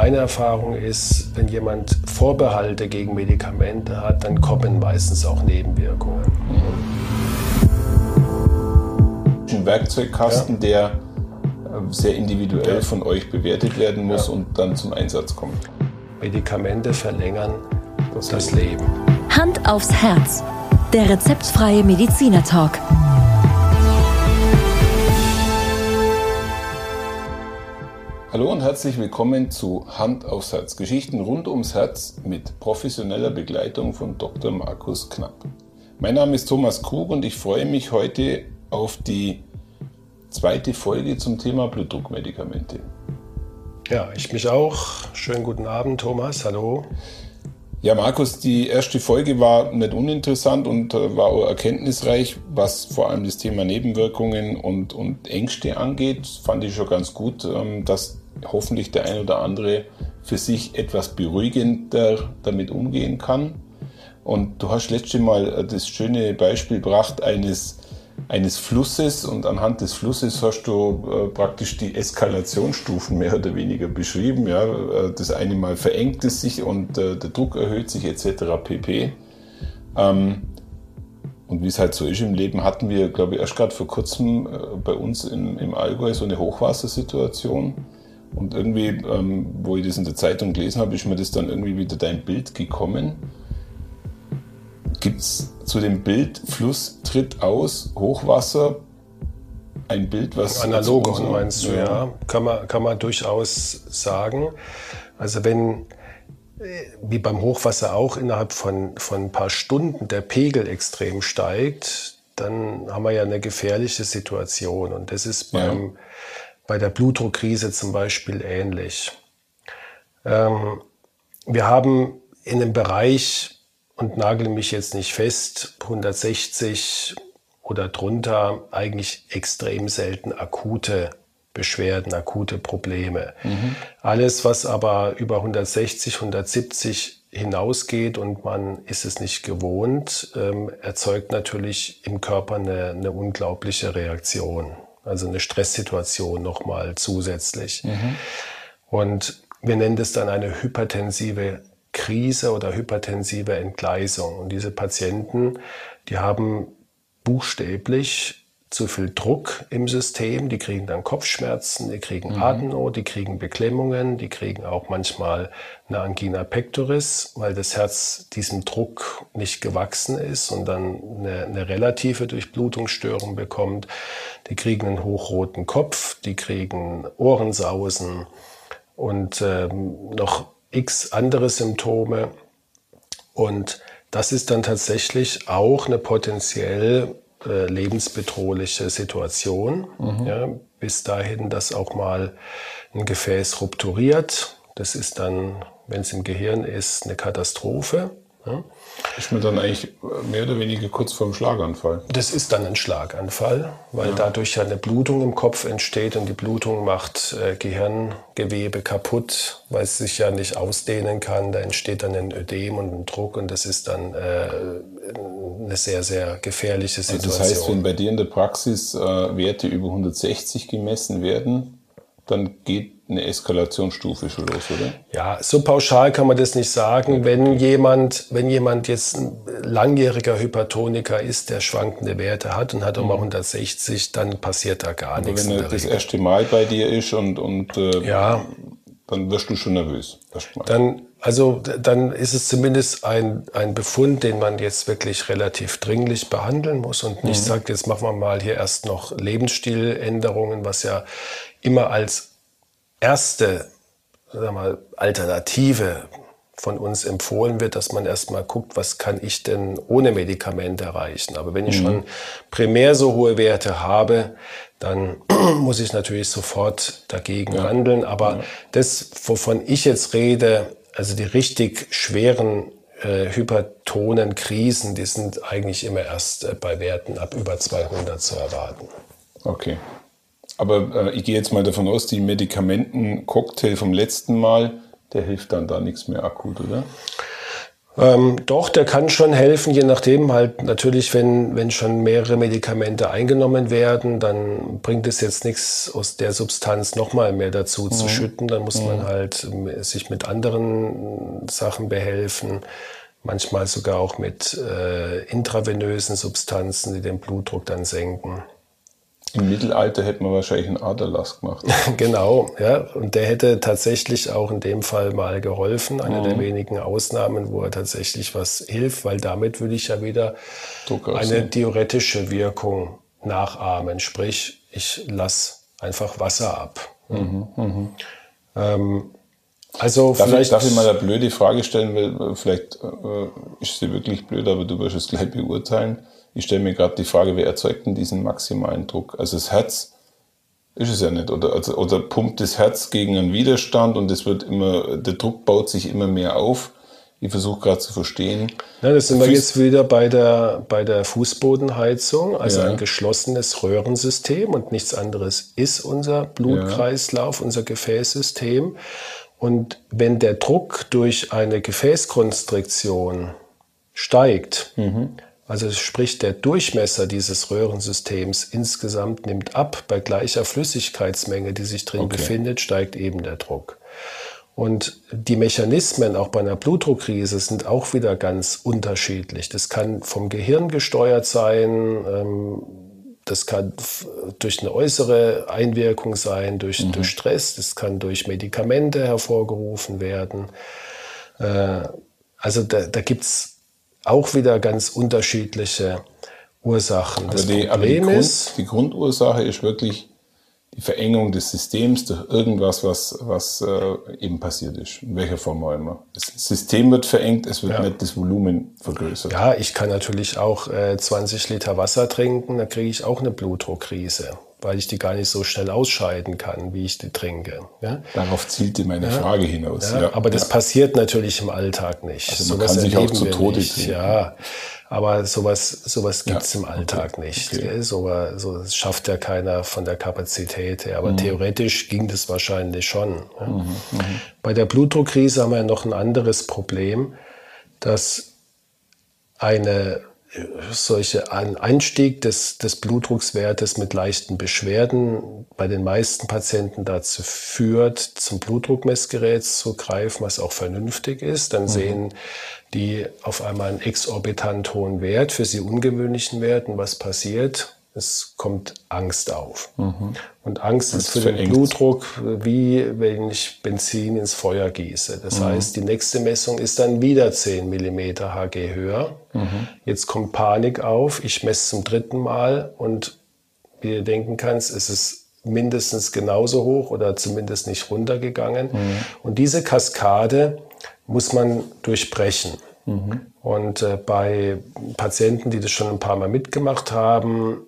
meine Erfahrung ist, wenn jemand Vorbehalte gegen Medikamente hat, dann kommen meistens auch Nebenwirkungen. Ein Werkzeugkasten, der sehr individuell von euch bewertet werden muss und dann zum Einsatz kommt. Medikamente verlängern das Leben. Hand aufs Herz. Der rezeptfreie Mediziner-Talk. Hallo und herzlich willkommen zu Hand aufs Herz. Geschichten rund ums Herz mit professioneller Begleitung von Dr. Markus Knapp. Mein Name ist Thomas Krug und ich freue mich heute auf die zweite Folge zum Thema Blutdruckmedikamente. Ja, ich mich auch. Schönen guten Abend, Thomas. Hallo. Ja, Markus, die erste Folge war nicht uninteressant und war auch erkenntnisreich, was vor allem das Thema Nebenwirkungen und Ängste angeht. Fand ich schon ganz gut, dass hoffentlich der ein oder andere für sich etwas beruhigender damit umgehen kann. Und du hast letztes Mal das schöne Beispiel gebracht eines Flusses und anhand des Flusses hast du praktisch die Eskalationsstufen mehr oder weniger beschrieben. Ja? Das eine Mal verengt es sich und der Druck erhöht sich etc. pp. Und wie es halt so ist im Leben, hatten wir, glaube ich, erst gerade vor kurzem bei uns im Allgäu so eine Hochwassersituation. Und irgendwie, wo ich das in der Zeitung gelesen habe, ist mir das dann irgendwie wieder dein Bild gekommen. Gibt es zu dem Bild Fluss tritt aus, Hochwasser, ein Bild, was... Analogon meinst du, ja. Kann man durchaus sagen. Also wenn, wie beim Hochwasser auch, innerhalb von ein paar Stunden der Pegel extrem steigt, dann haben wir ja eine gefährliche Situation. Und das ist bei der Blutdruckkrise zum Beispiel ähnlich. Wir haben in einem Bereich, und nagel mich jetzt nicht fest, 160 oder drunter, eigentlich extrem selten akute Beschwerden, akute Probleme. Alles, was aber über 160, 170 hinausgeht und man ist es nicht gewohnt, erzeugt natürlich im Körper eine unglaubliche Reaktion. Also eine Stresssituation nochmal zusätzlich. Und wir nennen das dann eine hypertensive Krise oder hypertensive Entgleisung. Und diese Patienten, die haben buchstäblich zu viel Druck im System, die kriegen dann Kopfschmerzen, die kriegen Atemnot, die kriegen Beklemmungen, die kriegen auch manchmal eine Angina pectoris, weil das Herz diesem Druck nicht gewachsen ist und dann eine relative Durchblutungsstörung bekommt. Die kriegen einen hochroten Kopf, die kriegen Ohrensausen und noch x andere Symptome. Und das ist dann tatsächlich auch eine potenziell lebensbedrohliche Situation. Ja, bis dahin, dass auch mal ein Gefäß rupturiert. Das ist dann, wenn es im Gehirn ist, eine Katastrophe. Ja. Ist man dann eigentlich mehr oder weniger kurz vor dem Schlaganfall? Das ist dann ein Schlaganfall, weil dadurch ja eine Blutung im Kopf entsteht und die Blutung macht Gehirngewebe kaputt, weil es sich ja nicht ausdehnen kann. Da entsteht dann ein Ödem und ein Druck und das ist dann eine sehr, sehr gefährliche Situation. Also das heißt, wenn bei dir in der Praxis Werte über 160 gemessen werden, dann geht eine Eskalationsstufe schon los, oder? Ja, so pauschal kann man das nicht sagen. Wenn jemand jetzt ein langjähriger Hypertoniker ist, der schwankende Werte hat und hat auch mal 160, dann passiert da gar nichts. Aber wenn er das erste Mal bei dir ist und dann wirst du schon nervös. Dann ist es zumindest ein Befund, den man jetzt wirklich relativ dringlich behandeln muss und nicht sagt, jetzt machen wir mal hier erst noch Lebensstiländerungen, was ja immer als erste Alternative von uns empfohlen wird, dass man erstmal guckt, was kann ich denn ohne Medikament erreichen. Aber wenn ich schon primär so hohe Werte habe, dann muss ich natürlich sofort dagegen handeln. Aber das, wovon ich jetzt rede, also die richtig schweren hypertonen Krisen, die sind eigentlich immer erst bei Werten ab über 200 zu erwarten. Okay. Aber ich gehe jetzt mal davon aus, die Medikamenten-Cocktail vom letzten Mal, der hilft dann da nichts mehr akut, oder? Doch, der kann schon helfen, je nachdem halt natürlich, wenn schon mehrere Medikamente eingenommen werden, dann bringt es jetzt nichts, aus der Substanz nochmal mehr dazu zu schütten. Dann muss man halt sich mit anderen Sachen behelfen, manchmal sogar auch mit intravenösen Substanzen, die den Blutdruck dann senken. Im Mittelalter hätte man wahrscheinlich einen Aderlass gemacht. Genau, ja. Und der hätte tatsächlich auch in dem Fall mal geholfen. Eine der wenigen Ausnahmen, wo er tatsächlich was hilft, weil damit würde ich ja wieder eine diuretische Wirkung nachahmen. Sprich, ich lasse einfach Wasser ab. Also darf ich mal eine blöde Frage stellen, weil vielleicht ist sie wirklich blöd, aber du wirst es gleich beurteilen. Ich stelle mir gerade die Frage, wer erzeugt denn diesen maximalen Druck? Also das Herz ist es ja nicht. Oder pumpt das Herz gegen einen Widerstand und der Druck baut sich immer mehr auf. Ich versuche gerade zu verstehen. Ja, das sind wir jetzt wieder bei der Fußbodenheizung, also ein geschlossenes Röhrensystem und nichts anderes ist unser Blutkreislauf, unser Gefäßsystem. Und wenn der Druck durch eine Gefäßkonstriktion steigt, also sprich der Durchmesser dieses Röhrensystems insgesamt nimmt ab, bei gleicher Flüssigkeitsmenge, die sich drin befindet, steigt eben der Druck. Und die Mechanismen auch bei einer Blutdruckkrise sind auch wieder ganz unterschiedlich. Das kann vom Gehirn gesteuert sein, das kann durch eine äußere Einwirkung sein, durch Stress, das kann durch Medikamente hervorgerufen werden. Also da gibt's auch wieder ganz unterschiedliche Ursachen. Die Grundursache ist wirklich die Verengung des Systems durch irgendwas, was eben passiert ist. In welcher Form auch immer. Das System wird verengt, es wird nicht das Volumen vergrößert. Ja, ich kann natürlich auch 20 Liter Wasser trinken, dann kriege ich auch eine Blutdruckkrise, weil ich die gar nicht so schnell ausscheiden kann, wie ich die trinke. Ja? Darauf zielte meine Frage hinaus. Ja, aber das passiert natürlich im Alltag nicht. Also man kann sich auch zu Tode trinken. Ja, aber sowas gibt's im Alltag nicht. Okay. So das schafft ja keiner von der Kapazität her. Aber theoretisch ging das wahrscheinlich schon. Ja? Bei der Blutdruckkrise haben wir noch ein anderes Problem, dass ein Einstieg des Blutdruckswertes mit leichten Beschwerden bei den meisten Patienten dazu führt, zum Blutdruckmessgerät zu greifen, was auch vernünftig ist. Dann sehen die auf einmal einen exorbitant hohen Wert, für sie ungewöhnlichen Wert. Und was passiert? Es kommt Angst auf. Und Angst ist für den Blutdruck wie wenn ich Benzin ins Feuer gieße. Das heißt, die nächste Messung ist dann wieder 10 mm Hg höher. Jetzt kommt Panik auf. Ich messe zum 3. Mal und wie du denken kannst, ist es mindestens genauso hoch oder zumindest nicht runtergegangen. Und diese Kaskade muss man durchbrechen. Und bei Patienten, die das schon ein paar Mal mitgemacht haben,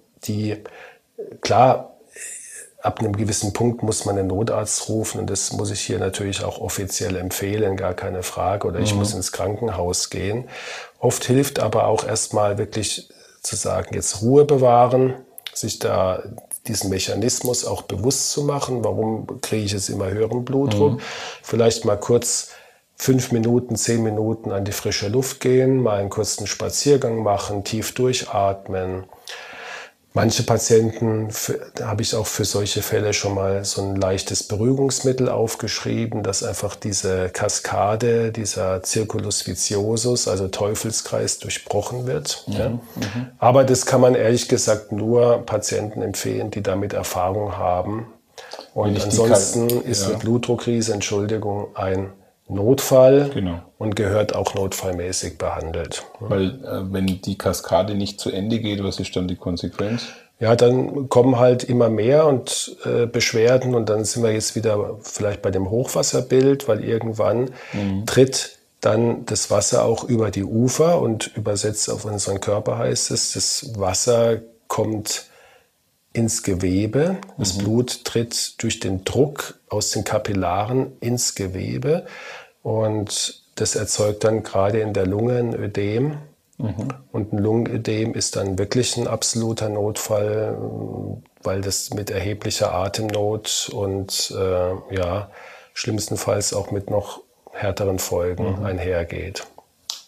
klar, ab einem gewissen Punkt muss man einen Notarzt rufen und das muss ich hier natürlich auch offiziell empfehlen, gar keine Frage, oder ich muss ins Krankenhaus gehen. Oft hilft aber auch erstmal wirklich zu sagen, jetzt Ruhe bewahren, sich da diesen Mechanismus auch bewusst zu machen, warum kriege ich jetzt immer höheren Blutdruck, vielleicht mal kurz 5 Minuten, 10 Minuten an die frische Luft gehen, mal einen kurzen Spaziergang machen, tief durchatmen. Manche Patienten, da habe ich auch für solche Fälle schon mal so ein leichtes Beruhigungsmittel aufgeschrieben, dass einfach diese Kaskade, dieser Circulus viciosus, also Teufelskreis, durchbrochen wird. Aber das kann man ehrlich gesagt nur Patienten empfehlen, die damit Erfahrung haben. Und ansonsten ist eine Blutdruckkrise, ein Notfall und gehört auch notfallmäßig behandelt. Weil wenn die Kaskade nicht zu Ende geht, was ist dann die Konsequenz? Ja, dann kommen halt immer mehr und Beschwerden und dann sind wir jetzt wieder vielleicht bei dem Hochwasserbild, weil irgendwann tritt dann das Wasser auch über die Ufer und übersetzt auf unseren Körper heißt es, das Wasser kommt ins Gewebe. Das Blut tritt durch den Druck aus den Kapillaren ins Gewebe und das erzeugt dann gerade in der Lunge ein Ödem. Und ein Lungenödem ist dann wirklich ein absoluter Notfall, weil das mit erheblicher Atemnot und schlimmstenfalls auch mit noch härteren Folgen einhergeht.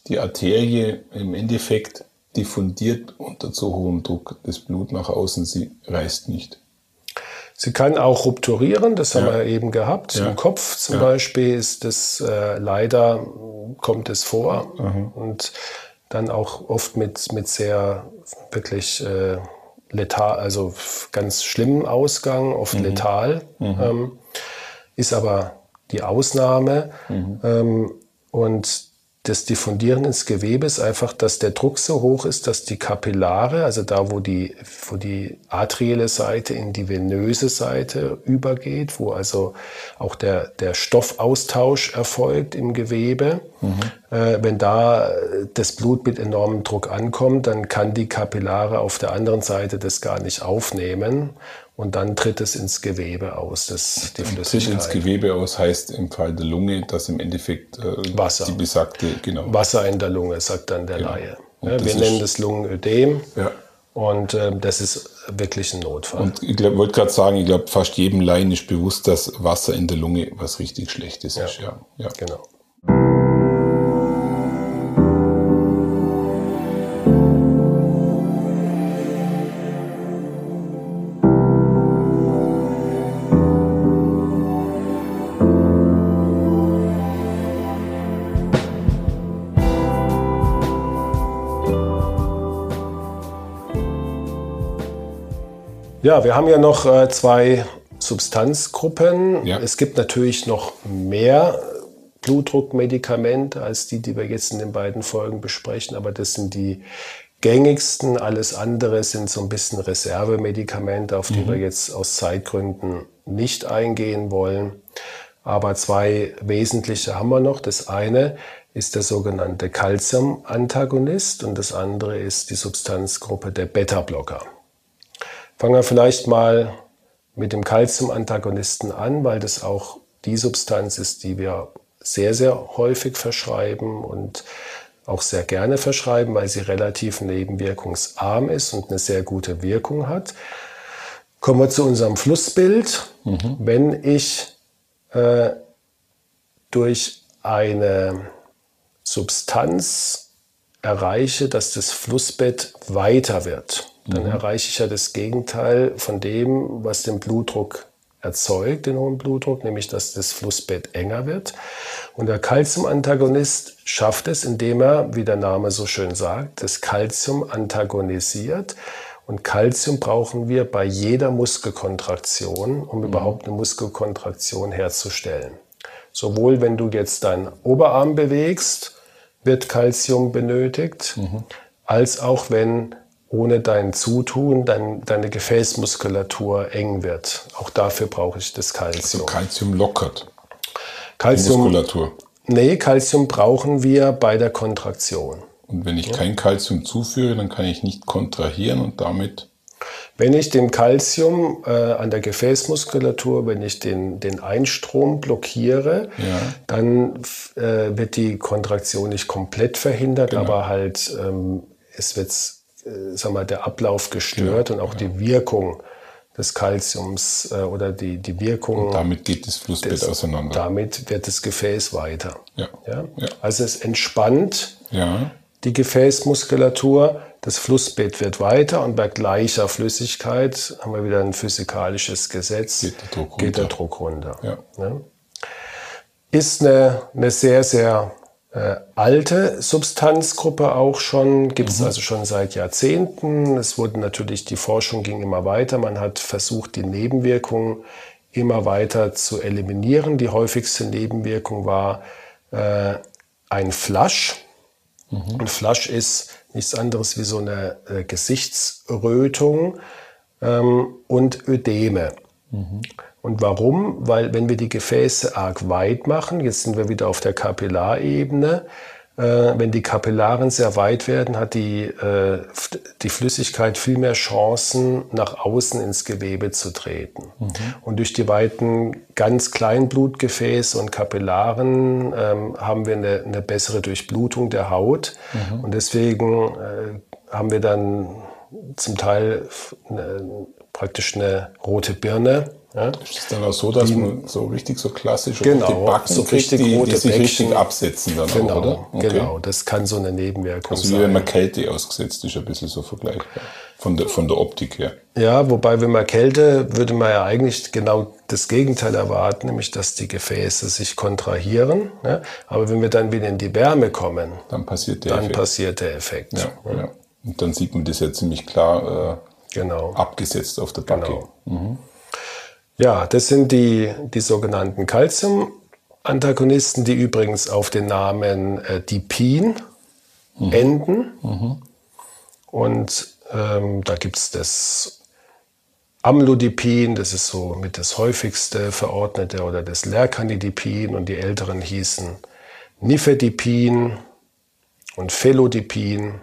die Arterie im Endeffekt diffundiert unter zu hohem Druck das Blut nach außen, sie reißt nicht. Sie kann auch rupturieren, das haben wir eben gehabt. Im Kopf zum Beispiel ist das leider, kommt es vor. Und dann auch oft mit sehr wirklich letal, also ganz schlimmen Ausgang, oft letal. Ist aber die Ausnahme. Und das Diffundieren ins Gewebe ist einfach, dass der Druck so hoch ist, dass die Kapillare, also da, wo die arterielle Seite in die venöse Seite übergeht, wo also auch der Stoffaustausch erfolgt im Gewebe, wenn da das Blut mit enormem Druck ankommt, dann kann die Kapillare auf der anderen Seite das gar nicht aufnehmen. Und dann tritt es ins Gewebe aus, die Flüssigkeit. Tritt ins Gewebe aus heißt im Fall der Lunge, dass im Endeffekt Wasser. Die besagte, genau. Wasser in der Lunge, sagt dann der Laie. Ja, wir nennen das Lungenödem. Ja. Und das ist wirklich ein Notfall. Und ich wollte gerade sagen, ich glaube, fast jedem Laien ist bewusst, dass Wasser in der Lunge was richtig Schlechtes ist. Ja. Genau. Ja, wir haben ja noch zwei Substanzgruppen. Ja. Es gibt natürlich noch mehr Blutdruckmedikamente als die wir jetzt in den beiden Folgen besprechen, aber das sind die gängigsten. Alles andere sind so ein bisschen Reservemedikamente, auf die wir jetzt aus Zeitgründen nicht eingehen wollen. Aber zwei wesentliche haben wir noch. Das eine ist der sogenannte Calcium-Antagonist und das andere ist die Substanzgruppe der Beta-Blocker. Fangen wir vielleicht mal mit dem Calcium-Antagonisten an, weil das auch die Substanz ist, die wir sehr, sehr häufig verschreiben und auch sehr gerne verschreiben, weil sie relativ nebenwirkungsarm ist und eine sehr gute Wirkung hat. Kommen wir zu unserem Flussbild. Wenn ich durch eine Substanz erreiche, dass das Flussbett weiter wird, dann erreiche ich ja das Gegenteil von dem, was den Blutdruck erzeugt, den hohen Blutdruck, nämlich dass das Flussbett enger wird. Und der Calcium-Antagonist schafft es, indem er, wie der Name so schön sagt, das Calcium antagonisiert. Und Calcium brauchen wir bei jeder Muskelkontraktion, um überhaupt eine Muskelkontraktion herzustellen. Sowohl wenn du jetzt deinen Oberarm bewegst, wird Calcium benötigt, als auch wenn ohne dein Zutun deine Gefäßmuskulatur eng wird. Auch dafür brauche ich das Calcium. Also Calcium lockert die Muskulatur? Nee, Calcium brauchen wir bei der Kontraktion. Und wenn ich kein Calcium zuführe, dann kann ich nicht kontrahieren und damit... Wenn ich dem Calcium an der Gefäßmuskulatur, wenn ich den Einstrom blockiere, dann wird die Kontraktion nicht komplett verhindert, aber halt es wird der Ablauf gestört und auch die Wirkung des Calciums oder die Wirkung. Und damit geht das Flussbett auseinander. Damit wird das Gefäß weiter. Ja. Also es entspannt die Gefäßmuskulatur, das Flussbett wird weiter und bei gleicher Flüssigkeit haben wir wieder ein physikalisches Gesetz, geht der Druck runter. Ja. Ist eine sehr, sehr alte Substanzgruppe auch schon, gibt es also schon seit Jahrzehnten. Es wurde natürlich, die Forschung ging immer weiter. Man hat versucht, die Nebenwirkungen immer weiter zu eliminieren. Die häufigste Nebenwirkung war ein Flash. Ein Flash ist nichts anderes wie so eine Gesichtsrötung und Ödeme. Und warum? Weil wenn wir die Gefäße arg weit machen, jetzt sind wir wieder auf der Kapillarebene, wenn die Kapillaren sehr weit werden, hat die Flüssigkeit viel mehr Chancen, nach außen ins Gewebe zu treten. Und durch die weiten, ganz kleinen Blutgefäße und Kapillaren haben wir eine bessere Durchblutung der Haut. Und deswegen haben wir dann zum Teil praktisch eine rote Birne Ja. Ist es dann auch so, dass man so richtig so klassisch Genau, die Backen so kriegt, richtig die rote sich Bäckchen. richtig absetzen dann Genau, auch, oder? Okay. genau, das kann so eine Nebenwirkung Also wie sein. wenn man Kälte ausgesetzt ist, ein bisschen so vergleichbar. Von der Optik her. Ja, wobei, wenn man Kälte, würde man ja eigentlich genau das Gegenteil erwarten, nämlich, dass die Gefäße sich kontrahieren. Ja? Aber wenn wir dann wieder in die Wärme kommen, Dann passiert der Effekt. passiert der Effekt. Ja. Und dann sieht man das ja ziemlich klar Genau. abgesetzt auf der Backe. Genau. Ja, das sind die sogenannten Calcium-Antagonisten, die übrigens auf den Namen Dipin enden. Und da gibt es das Amlodipin, das ist so mit das häufigste verordnete, oder das Lercanidipin, und die älteren hießen Nifedipin und Felodipin.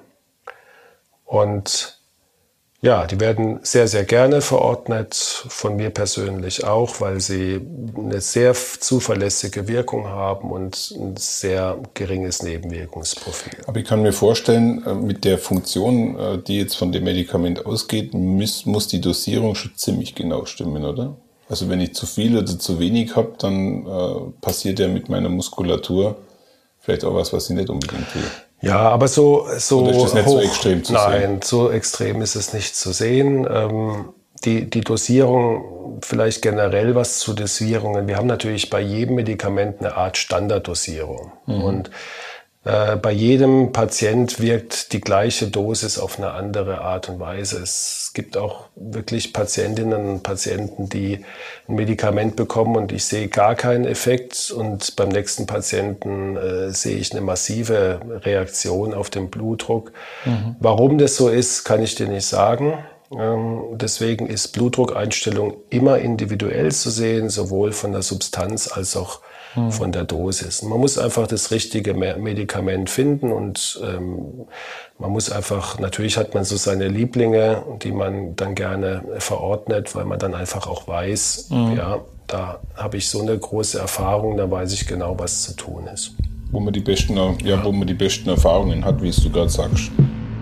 Und ja, die werden sehr, sehr gerne verordnet, von mir persönlich auch, weil sie eine sehr zuverlässige Wirkung haben und ein sehr geringes Nebenwirkungsprofil. Aber ich kann mir vorstellen, mit der Funktion, die jetzt von dem Medikament ausgeht, muss die Dosierung schon ziemlich genau stimmen, oder? Also wenn ich zu viel oder zu wenig habe, dann passiert ja mit meiner Muskulatur vielleicht auch was ich nicht unbedingt will. Ja, aber so Oder ist das nicht so extrem zu sehen? Nein, so extrem ist es nicht zu sehen. Die Dosierung, vielleicht generell was zu Dosierungen. Wir haben natürlich bei jedem Medikament eine Art Standarddosierung. Und bei jedem Patient wirkt die gleiche Dosis auf eine andere Art und Weise. Es gibt auch wirklich Patientinnen und Patienten, die ein Medikament bekommen und ich sehe gar keinen Effekt, und beim nächsten Patienten sehe ich eine massive Reaktion auf den Blutdruck. Warum das so ist, kann ich dir nicht sagen. Deswegen ist Blutdruckeinstellung immer individuell zu sehen, sowohl von der Substanz als auch von der Dosis. Man muss einfach das richtige Medikament finden, und man muss einfach, natürlich hat man so seine Lieblinge, die man dann gerne verordnet, weil man dann einfach auch weiß, ja, da habe ich so eine große Erfahrung, da weiß ich genau, was zu tun ist. Wo man die besten Erfahrungen hat, wie es du gerade sagst.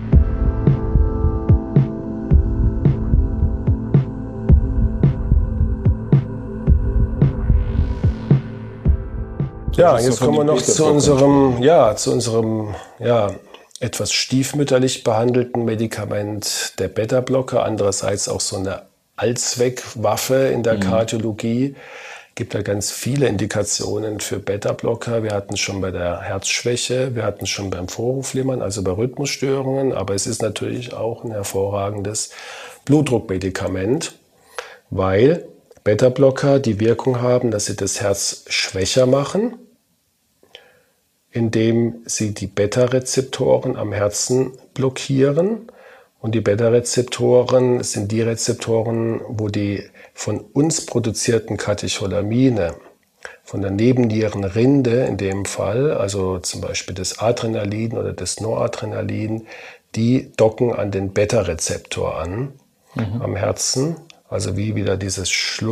Ja, jetzt kommen wir noch zu unserem etwas stiefmütterlich behandelten Medikament, der Beta-Blocker. Andererseits auch so eine Allzweckwaffe in der Kardiologie. Gibt da ganz viele Indikationen für Beta-Blocker. Wir hatten es schon bei der Herzschwäche, wir hatten es schon beim Vorhofflimmern, also bei Rhythmusstörungen. Aber es ist natürlich auch ein hervorragendes Blutdruckmedikament, weil Beta-Blocker die Wirkung haben, dass sie das Herz schwächer machen, indem sie die Beta-Rezeptoren am Herzen blockieren. Und die Beta-Rezeptoren sind die Rezeptoren, wo die von uns produzierten Katecholamine, von der Nebennierenrinde in dem Fall, also zum Beispiel das Adrenalin oder das Noradrenalin, die docken an den Beta-Rezeptor an am Herzen. Also wie wieder dieses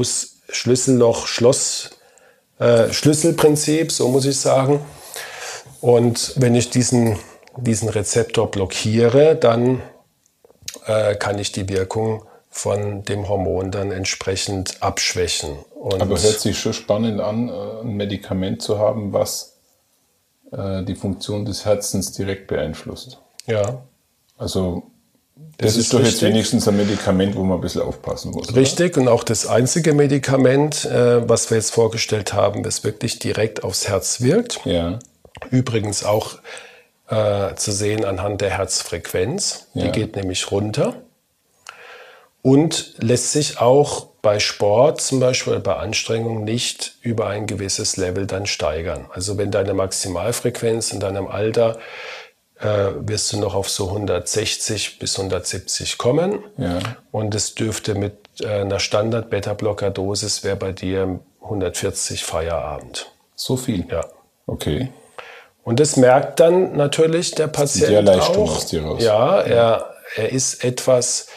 Schlüsselprinzip, so muss ich sagen. Und wenn ich diesen Rezeptor blockiere, dann kann ich die Wirkung von dem Hormon dann entsprechend abschwächen. Und aber hört sich schon spannend an, ein Medikament zu haben, was die Funktion des Herzens direkt beeinflusst. Ja. Also das ist doch jetzt wenigstens ein Medikament, wo man ein bisschen aufpassen muss. Richtig, oder? Und auch das einzige Medikament, was wir jetzt vorgestellt haben, das wirklich direkt aufs Herz wirkt. Ja. Übrigens auch zu sehen anhand der Herzfrequenz. Die geht nämlich runter und lässt sich auch bei Sport zum Beispiel oder bei Anstrengung nicht über ein gewisses Level dann steigern. Also wenn deine Maximalfrequenz in deinem Alter wirst du noch auf so 160 bis 170 kommen. Ja. Und es dürfte mit einer Standard-Beta-Blocker-Dosis wäre bei dir 140 Feierabend. So viel? Ja. Okay. Und das merkt dann natürlich der Patient der Leistung auch. aus dir raus. Ja, er ist etwas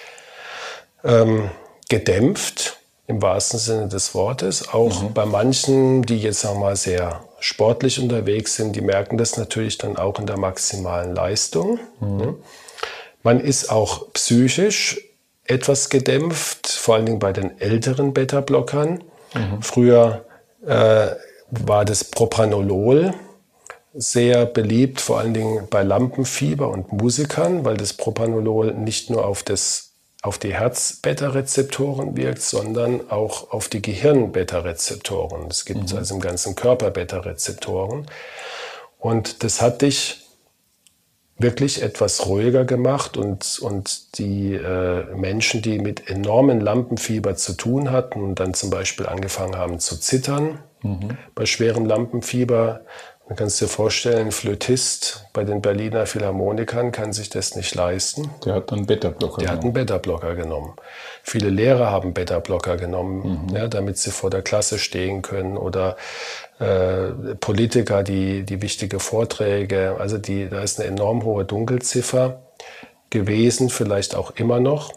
gedämpft, im wahrsten Sinne des Wortes. Auch bei manchen, die jetzt sagen wir mal sehr sportlich unterwegs sind, die merken das natürlich dann auch in der maximalen Leistung. Man ist auch psychisch etwas gedämpft, vor allen Dingen bei den älteren Beta-Blockern. Früher war das Propranolol sehr beliebt, vor allen Dingen bei Lampenfieber und Musikern, weil das Propranolol nicht nur auf die Herz-Beta-Rezeptoren wirkt, sondern auch auf die Gehirn-Beta-Rezeptoren. Es gibt also im ganzen Körper Beta-Rezeptoren. Und das hat dich wirklich etwas ruhiger gemacht und die Menschen, die mit enormen Lampenfieber zu tun hatten und dann zum Beispiel angefangen haben zu zittern bei schwerem Lampenfieber, man kann es dir vorstellen, ein Flötist bei den Berliner Philharmonikern kann sich das nicht leisten. Der hat dann Beta-Blocker Der hat einen Beta-Blocker genommen. Viele Lehrer haben Beta-Blocker genommen, ja, damit sie vor der Klasse stehen können. Oder Politiker, die wichtige Vorträge, also da ist eine enorm hohe Dunkelziffer gewesen, vielleicht auch immer noch.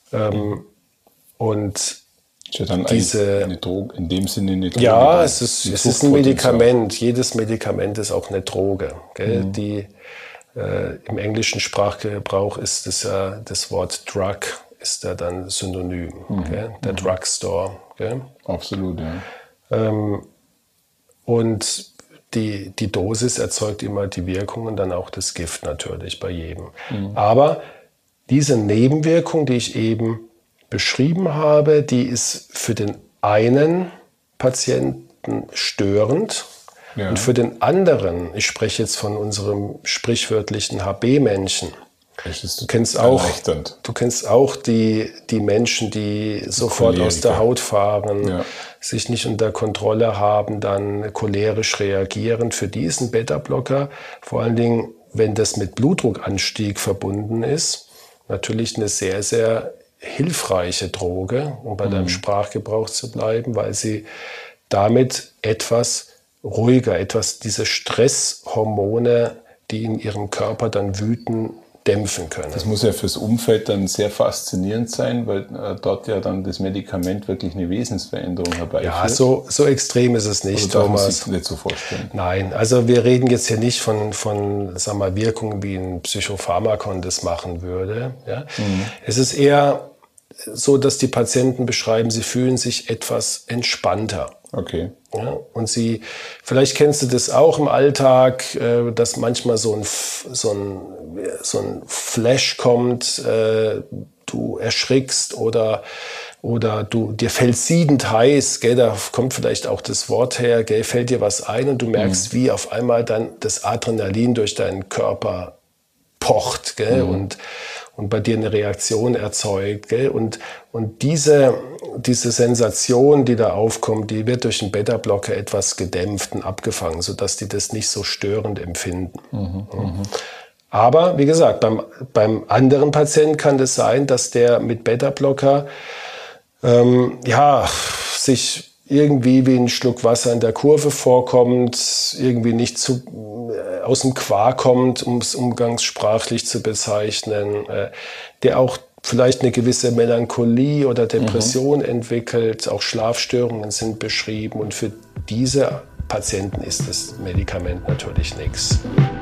Und ist ja dann eine Droge, in dem Sinne eine Droge. ja, es ist ein Medikament. Jedes Medikament ist auch eine Droge. Gell? Im englischen Sprachgebrauch ist das Wort Drug ist da dann synonym. Gell? Der Drugstore. Gell? Absolut, ja. Und die Dosis erzeugt immer die Wirkung und dann auch das Gift natürlich bei jedem. Aber diese Nebenwirkung, die ich eben beschrieben habe, die ist für den einen Patienten störend und für den anderen, ich spreche jetzt von unserem sprichwörtlichen HB-Menschen, du kennst auch die Menschen, die sofort Choleriker aus der Haut fahren, sich nicht unter Kontrolle haben, dann cholerisch reagieren. Für die ist ein Beta-Blocker, vor allen Dingen, wenn das mit Blutdruckanstieg verbunden ist, natürlich eine sehr, sehr hilfreiche Droge, um bei deinem Sprachgebrauch zu bleiben, weil sie damit etwas ruhiger, diese Stresshormone, die in ihrem Körper dann wüten, dämpfen können. Das muss ja fürs Umfeld dann sehr faszinierend sein, weil dort ja dann das Medikament wirklich eine Wesensveränderung herbeiführt. Ja, so extrem ist es nicht, Thomas. Thomas. Das sich nicht so vorstellen. Nein, also wir reden jetzt hier nicht von sagen wir, Wirkungen, wie ein Psychopharmakon das machen würde. Ja? Es ist eher so, dass die Patienten beschreiben, sie fühlen sich etwas entspannter. Okay. Ja, und vielleicht kennst du das auch im Alltag, dass manchmal so ein Flash kommt, du erschrickst oder dir fällt siedend heiß, gell, da kommt vielleicht auch das Wort her, gell, fällt dir was ein und du merkst, wie auf einmal dann das Adrenalin durch deinen Körper pocht, gell, und bei dir eine Reaktion erzeugt. Gell? Und diese Sensation, die da aufkommt, die wird durch einen Beta-Blocker etwas gedämpft und abgefangen, sodass die das nicht so störend empfinden. Aber wie gesagt, beim anderen Patienten kann das sein, dass der mit Beta-Blocker sich irgendwie wie ein Schluck Wasser in der Kurve vorkommt, irgendwie nicht aus dem Quark kommt, um es umgangssprachlich zu bezeichnen, der auch vielleicht eine gewisse Melancholie oder Depression entwickelt, auch Schlafstörungen sind beschrieben und für diese Patienten ist das Medikament natürlich nichts.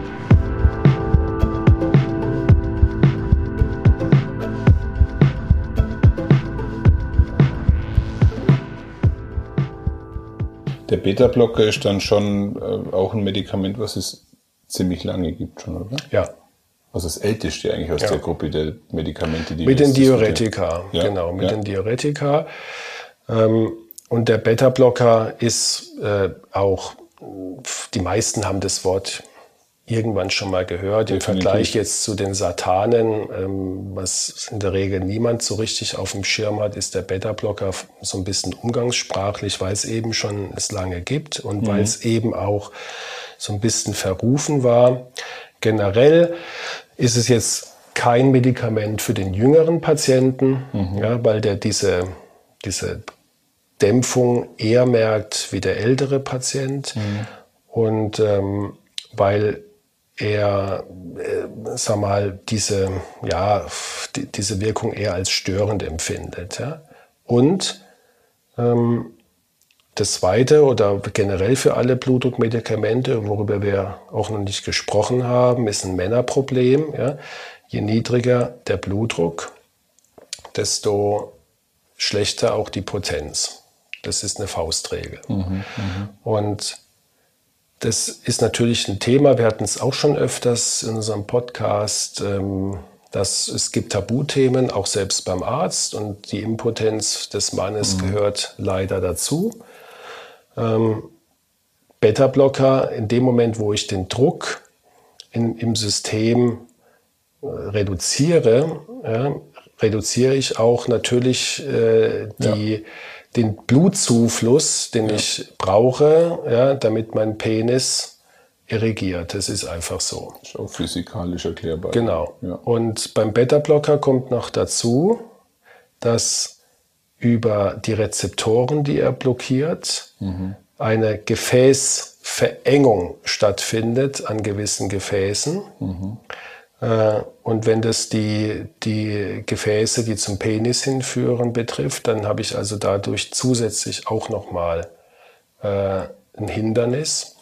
Der Beta-Blocker ist dann schon auch ein Medikament, was es ziemlich lange gibt schon, oder? Ja. Also das älteste eigentlich aus der Gruppe der Medikamente, die mit den Diuretika, genau, mit den Diuretika. Und der Beta-Blocker ist auch, die meisten haben das Wort irgendwann schon mal gehört, im Vergleich jetzt zu den Satanen, was in der Regel niemand so richtig auf dem Schirm hat, ist der Beta-Blocker so ein bisschen umgangssprachlich, weil es eben schon es lange gibt und weil es eben auch so ein bisschen verrufen war. Generell ist es jetzt kein Medikament für den jüngeren Patienten, weil der diese Dämpfung eher merkt wie der ältere Patient und weil er, diese Wirkung eher als störend empfindet. Ja? Und das Zweite oder generell für alle Blutdruckmedikamente, worüber wir auch noch nicht gesprochen haben, ist ein Männerproblem. Ja? Je niedriger der Blutdruck, desto schlechter auch die Potenz. Das ist eine Faustregel. Und das ist natürlich ein Thema, wir hatten es auch schon öfters in unserem Podcast, dass es gibt Tabuthemen, auch selbst beim Arzt, und die Impotenz des Mannes gehört leider dazu. Beta-Blocker, in dem Moment, wo ich den Druck im System reduziere, reduziere ich auch natürlich den Blutzufluss, den ich brauche, damit mein Penis irrigiert. Das ist einfach so. Das ist auch physikalisch erklärbar. Genau. Ja. Und beim Beta-Blocker kommt noch dazu, dass über die Rezeptoren, die er blockiert, eine Gefäßverengung stattfindet an gewissen Gefäßen. Und wenn das die Gefäße, die zum Penis hinführen, betrifft, dann habe ich also dadurch zusätzlich auch nochmal ein Hindernis.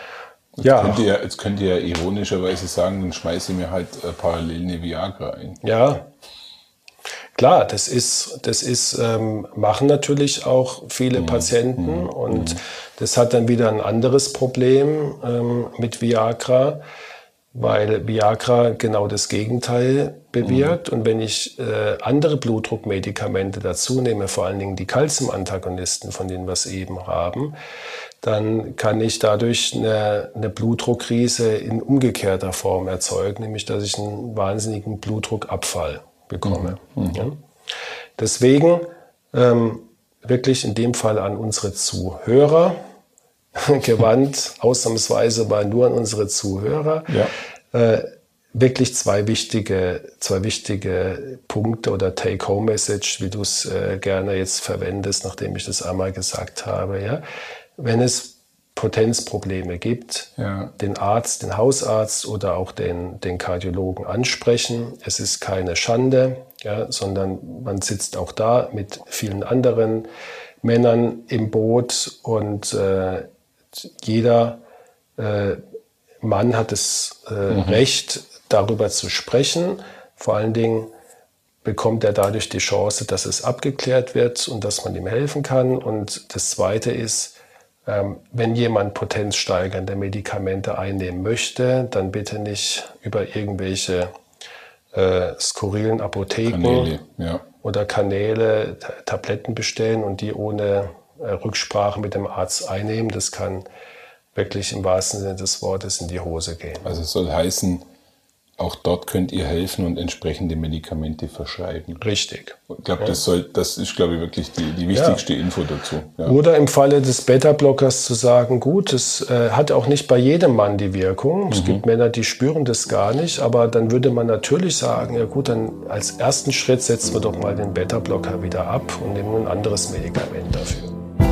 Jetzt könnt ihr ja ironischerweise sagen, dann schmeiße ich mir halt parallel eine Viagra ein. Ja, klar, das machen natürlich auch viele Patienten, und das hat dann wieder ein anderes Problem mit Viagra, weil Viagra genau das Gegenteil bewirkt. Und wenn ich andere Blutdruckmedikamente dazu nehme, vor allen Dingen die Calcium-Antagonisten, von denen wir es eben haben, dann kann ich dadurch eine Blutdruckkrise in umgekehrter Form erzeugen, nämlich dass ich einen wahnsinnigen Blutdruckabfall bekomme. Ja? Deswegen wirklich in dem Fall an unsere Zuhörer gewandt, ausnahmsweise mal nur an unsere Zuhörer, wirklich zwei wichtige Punkte oder Take-Home-Message, wie du es gerne jetzt verwendest, nachdem ich das einmal gesagt habe. Ja? Wenn es Potenzprobleme gibt, den Arzt, den Hausarzt oder auch den Kardiologen ansprechen. Es ist keine Schande, sondern man sitzt auch da mit vielen anderen Männern im Boot, und jeder Mann hat das Recht, darüber zu sprechen. Vor allen Dingen bekommt er dadurch die Chance, dass es abgeklärt wird und dass man ihm helfen kann. Und das Zweite ist, wenn jemand potenzsteigernde Medikamente einnehmen möchte, dann bitte nicht über irgendwelche skurrilen Apotheken oder Kanäle Tabletten bestellen und die ohne Rücksprache mit dem Arzt einnehmen. Das kann wirklich im wahrsten Sinne des Wortes in die Hose gehen. Also es soll heißen, auch dort könnt ihr helfen und entsprechende Medikamente verschreiben. Richtig. Ich glaube, das ist, glaube ich, wirklich die wichtigste Info dazu. Ja. Oder im Falle des Beta-Blockers zu sagen, gut, es hat auch nicht bei jedem Mann die Wirkung. Es gibt Männer, die spüren das gar nicht, aber dann würde man natürlich sagen, ja gut, dann als ersten Schritt setzen wir doch mal den Beta-Blocker wieder ab und nehmen ein anderes Medikament dafür.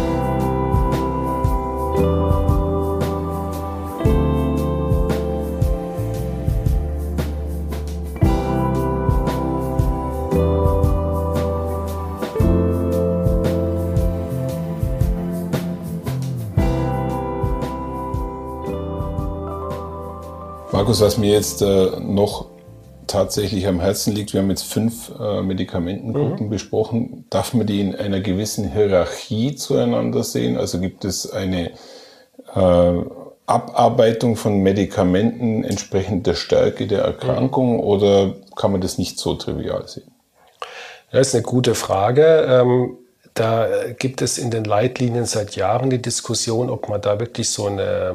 Markus, was mir jetzt noch tatsächlich am Herzen liegt, wir haben jetzt 5 Medikamentengruppen besprochen. Darf man die in einer gewissen Hierarchie zueinander sehen? Also gibt es eine Abarbeitung von Medikamenten entsprechend der Stärke der Erkrankung oder kann man das nicht so trivial sehen? Das ist eine gute Frage. Da gibt es in den Leitlinien seit Jahren die Diskussion, ob man da wirklich so eine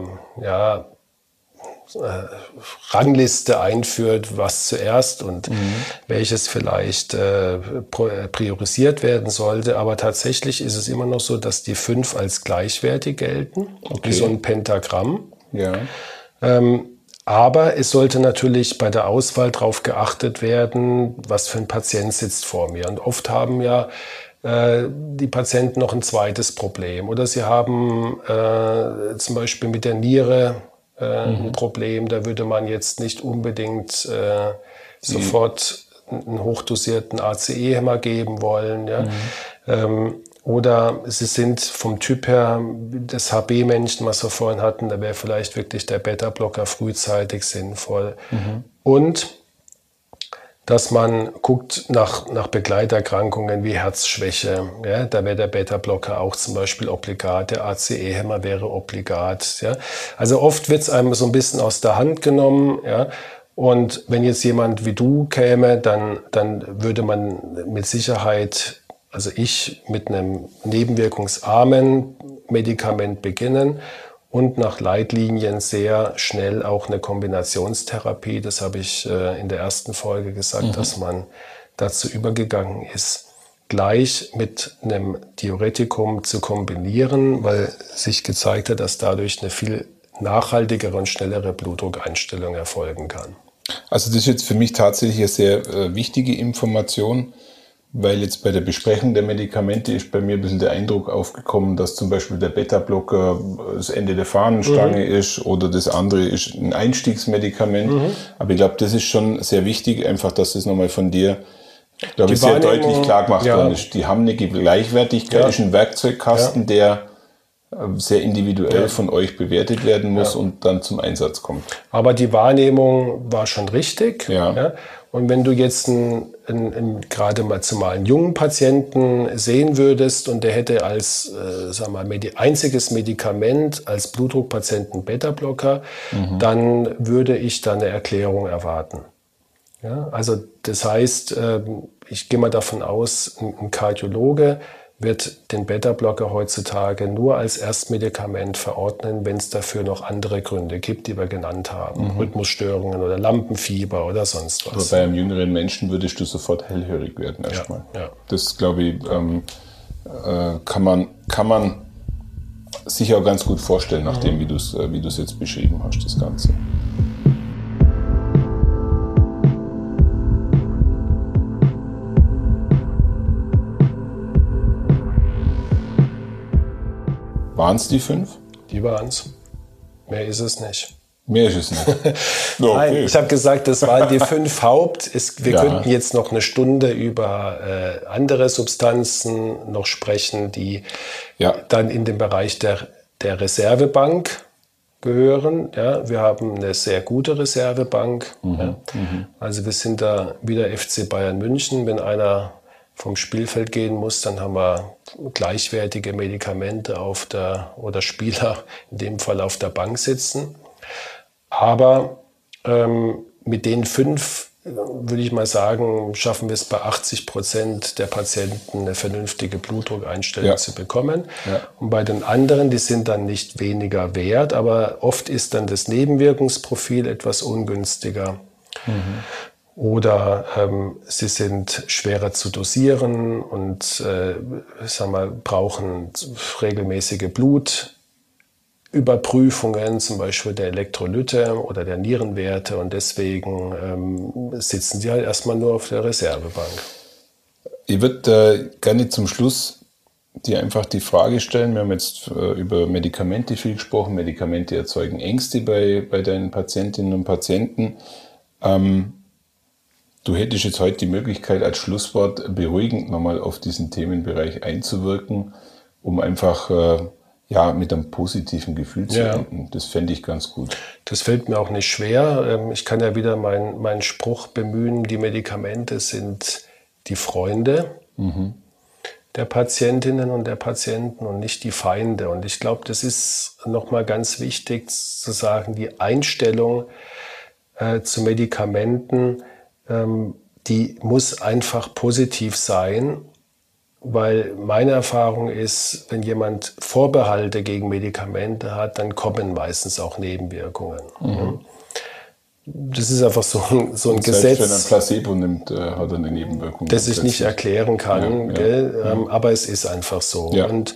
Rangliste einführt, was zuerst und welches vielleicht priorisiert werden sollte. Aber tatsächlich ist es immer noch so, dass die 5 als gleichwertig gelten, wie so ein Pentagramm. Ja. Aber es sollte natürlich bei der Auswahl darauf geachtet werden, was für ein Patient sitzt vor mir. Und oft haben ja die Patienten noch ein zweites Problem. Oder sie haben zum Beispiel mit der Niere ein Problem. Da würde man jetzt nicht unbedingt sofort einen hochdosierten ACE-Hämmer geben wollen. Ja? Oder sie sind vom Typ her das HB-Männchen, was wir vorhin hatten, da wäre vielleicht wirklich der Beta-Blocker frühzeitig sinnvoll. Und dass man guckt nach Begleiterkrankungen wie Herzschwäche. Ja, da wäre der Beta-Blocker auch zum Beispiel obligat, der ACE-Hämmer wäre obligat. Ja. Also oft wird es einem so ein bisschen aus der Hand genommen. Ja. Und wenn jetzt jemand wie du käme, dann würde man mit Sicherheit, also ich, mit einem nebenwirkungsarmen Medikament beginnen und nach Leitlinien sehr schnell auch eine Kombinationstherapie, das habe ich in der ersten Folge gesagt, dass man dazu übergegangen ist, gleich mit einem Diuretikum zu kombinieren, weil sich gezeigt hat, dass dadurch eine viel nachhaltigere und schnellere Blutdruckeinstellung erfolgen kann. Also das ist jetzt für mich tatsächlich eine sehr wichtige Information, weil jetzt bei der Besprechung der Medikamente ist bei mir ein bisschen der Eindruck aufgekommen, dass zum Beispiel der Beta-Blocker das Ende der Fahnenstange ist oder das andere ist ein Einstiegsmedikament. Aber ich glaube, das ist schon sehr wichtig, einfach, dass das nochmal von dir, glaube ich, sehr deutlich klar gemacht worden ist. Die haben eine Gleichwertigkeit, ist ein Werkzeugkasten, der sehr individuell von euch bewertet werden muss und dann zum Einsatz kommt. Aber die Wahrnehmung war schon richtig. Ja. Und wenn du jetzt gerade mal zumal einen jungen Patienten sehen würdest und der hätte als einziges Medikament als Blutdruckpatienten Beta-Blocker, dann würde ich da eine Erklärung erwarten. Ja, also das heißt, ich gehe mal davon aus, ein Kardiologe wird den Beta-Blocker heutzutage nur als Erstmedikament verordnen, wenn es dafür noch andere Gründe gibt, die wir genannt haben. Rhythmusstörungen oder Lampenfieber oder sonst was. Aber bei einem jüngeren Menschen würdest du sofort hellhörig werden erstmal. Ja. Das, glaube ich, kann man sich auch ganz gut vorstellen, nachdem wie du es jetzt beschrieben hast, das Ganze. Waren es die 5? Die waren es. Mehr ist es nicht. Mehr ist es nicht. Okay. Nein, ich habe gesagt, das waren die 5 Wir könnten jetzt noch eine Stunde über andere Substanzen noch sprechen, die dann in den Bereich der Reservebank gehören. Ja, wir haben eine sehr gute Reservebank. Also wir sind da wieder FC Bayern München. Wenn einer vom Spielfeld gehen muss, dann haben wir gleichwertige Medikamente oder Spieler in dem Fall auf der Bank sitzen. Aber mit den 5, würde ich mal sagen, schaffen wir es bei 80% der Patienten eine vernünftige Blutdruckeinstellung zu bekommen. Ja. Und bei den anderen, die sind dann nicht weniger wert, aber oft ist dann das Nebenwirkungsprofil etwas ungünstiger. Oder sie sind schwerer zu dosieren und brauchen regelmäßige Blutüberprüfungen, zum Beispiel der Elektrolyte oder der Nierenwerte. Und deswegen sitzen die halt erstmal nur auf der Reservebank. Ich würde gerne zum Schluss dir einfach die Frage stellen. Wir haben jetzt über Medikamente viel gesprochen. Medikamente erzeugen Ängste bei deinen Patientinnen und Patienten. Du hättest jetzt heute die Möglichkeit, als Schlusswort beruhigend nochmal auf diesen Themenbereich einzuwirken, um einfach mit einem positiven Gefühl zu enden. Das fände ich ganz gut. Das fällt mir auch nicht schwer. Ich kann ja wieder meinen Spruch bemühen, die Medikamente sind die Freunde der Patientinnen und der Patienten und nicht die Feinde. Und ich glaube, das ist nochmal ganz wichtig zu sagen, die Einstellung zu Medikamenten, die muss einfach positiv sein, weil meine Erfahrung ist, wenn jemand Vorbehalte gegen Medikamente hat, dann kommen meistens auch Nebenwirkungen. Das ist einfach so ein Gesetz. Wenn er ein Placebo nimmt, hat er eine Nebenwirkung. Das ich nicht erklären kann, aber es ist einfach so. Ja. Und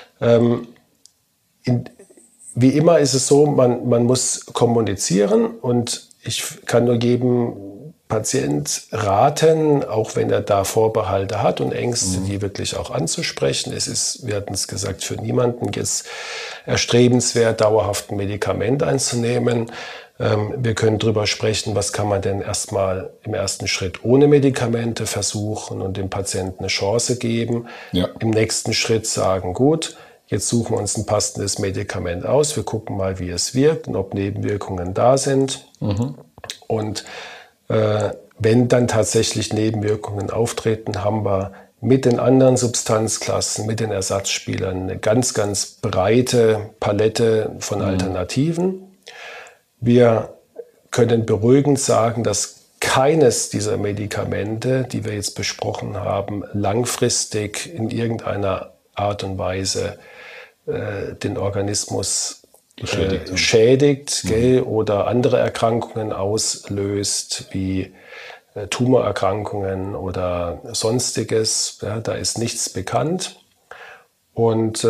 wie immer ist es so, man muss kommunizieren und ich kann nur jedem Patient raten, auch wenn er da Vorbehalte hat und Ängste, die wirklich auch anzusprechen. Es ist, wir hatten es gesagt, für niemanden jetzt erstrebenswert, dauerhaft ein Medikament einzunehmen. Wir können drüber sprechen, was kann man denn erstmal im ersten Schritt ohne Medikamente versuchen und dem Patienten eine Chance geben. Ja. Im nächsten Schritt sagen, gut, jetzt suchen wir uns ein passendes Medikament aus. Wir gucken mal, wie es wirkt und ob Nebenwirkungen da sind. Und wenn dann tatsächlich Nebenwirkungen auftreten, haben wir mit den anderen Substanzklassen, mit den Ersatzspielern eine ganz, ganz breite Palette von Alternativen. Wir können beruhigend sagen, dass keines dieser Medikamente, die wir jetzt besprochen haben, langfristig in irgendeiner Art und Weise den Organismus schädigt oder andere Erkrankungen auslöst, wie Tumorerkrankungen oder Sonstiges. Ja, da ist nichts bekannt. Und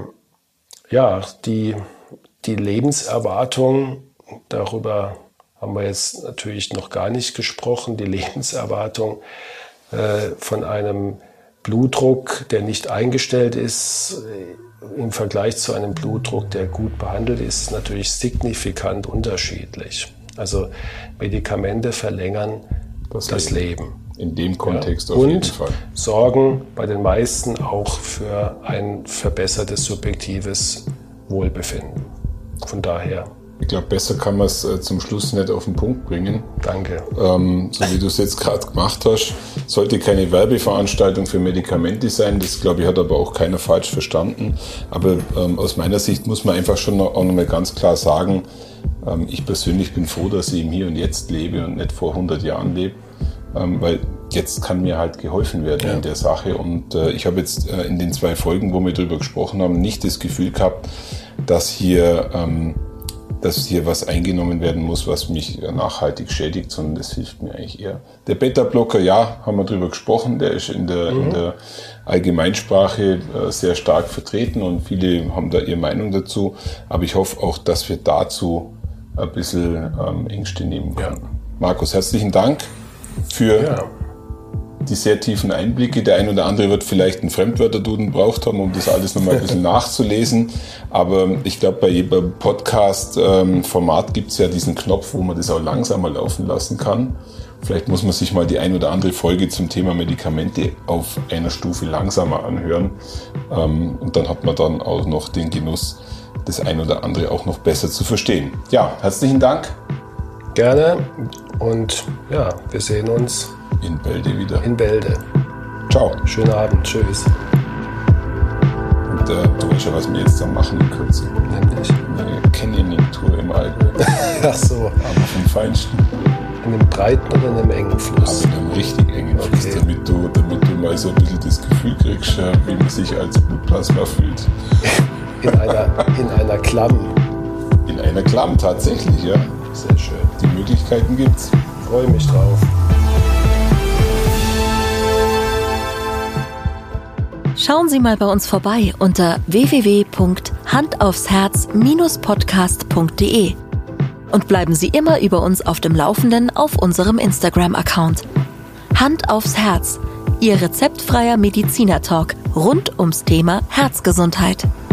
die Lebenserwartung, darüber haben wir jetzt natürlich noch gar nicht gesprochen, die Lebenserwartung von einem Blutdruck, der nicht eingestellt ist, im Vergleich zu einem Blutdruck, der gut behandelt ist, natürlich signifikant unterschiedlich. Also Medikamente verlängern das Leben. In dem Kontext auf jeden Fall. Und sorgen bei den meisten auch für ein verbessertes subjektives Wohlbefinden. Von daher. Ich glaube, besser kann man es zum Schluss nicht auf den Punkt bringen. Danke. So wie du es jetzt gerade gemacht hast, sollte keine Werbeveranstaltung für Medikamente sein. Das, glaube ich, hat aber auch keiner falsch verstanden. Aber aus meiner Sicht muss man einfach schon auch nochmal ganz klar sagen, ich persönlich bin froh, dass ich im Hier und Jetzt lebe und nicht vor 100 Jahren lebe. Weil jetzt kann mir halt geholfen werden in der Sache. Und ich habe jetzt in den 2 Folgen, wo wir drüber gesprochen haben, nicht das Gefühl gehabt, dass hier was eingenommen werden muss, was mich nachhaltig schädigt, sondern das hilft mir eigentlich eher. Der Beta-Blocker, haben wir drüber gesprochen, der ist in der Allgemeinsprache sehr stark vertreten und viele haben da ihre Meinung dazu. Aber ich hoffe auch, dass wir dazu ein bisschen Ängste nehmen können. Ja. Markus, herzlichen Dank für die sehr tiefen Einblicke. Der ein oder andere wird vielleicht einen Fremdwörterduden braucht haben, um das alles nochmal ein bisschen nachzulesen. Aber ich glaube, bei jedem Podcast-Format gibt es ja diesen Knopf, wo man das auch langsamer laufen lassen kann. Vielleicht muss man sich mal die ein oder andere Folge zum Thema Medikamente auf einer Stufe langsamer anhören. Und dann hat man dann auch noch den Genuss, das ein oder andere auch noch besser zu verstehen. Ja, herzlichen Dank. Gerne. Und wir sehen uns in Bälde wieder. In Bälde. Ciao. Schönen Abend. Tschüss. Und du weißt ja, was wir jetzt dann machen in Kürze. Nämlich? Eine Canyoning-Tour im Allgäu. Ach so. Aber vom Feinsten. In einem breiten oder in einem engen Fluss? Aber in einem richtig engen Fluss, damit du mal so ein bisschen das Gefühl kriegst, wie man sich als Blutplasma fühlt. In einer Klamm. In einer Klamm, tatsächlich, ja. Sehr schön. Die Möglichkeiten gibt's. Freue mich drauf. Schauen Sie mal bei uns vorbei unter www.handaufsherz-podcast.de und bleiben Sie immer über uns auf dem Laufenden auf unserem Instagram-Account. Hand aufs Herz, Ihr rezeptfreier Mediziner-Talk rund ums Thema Herzgesundheit.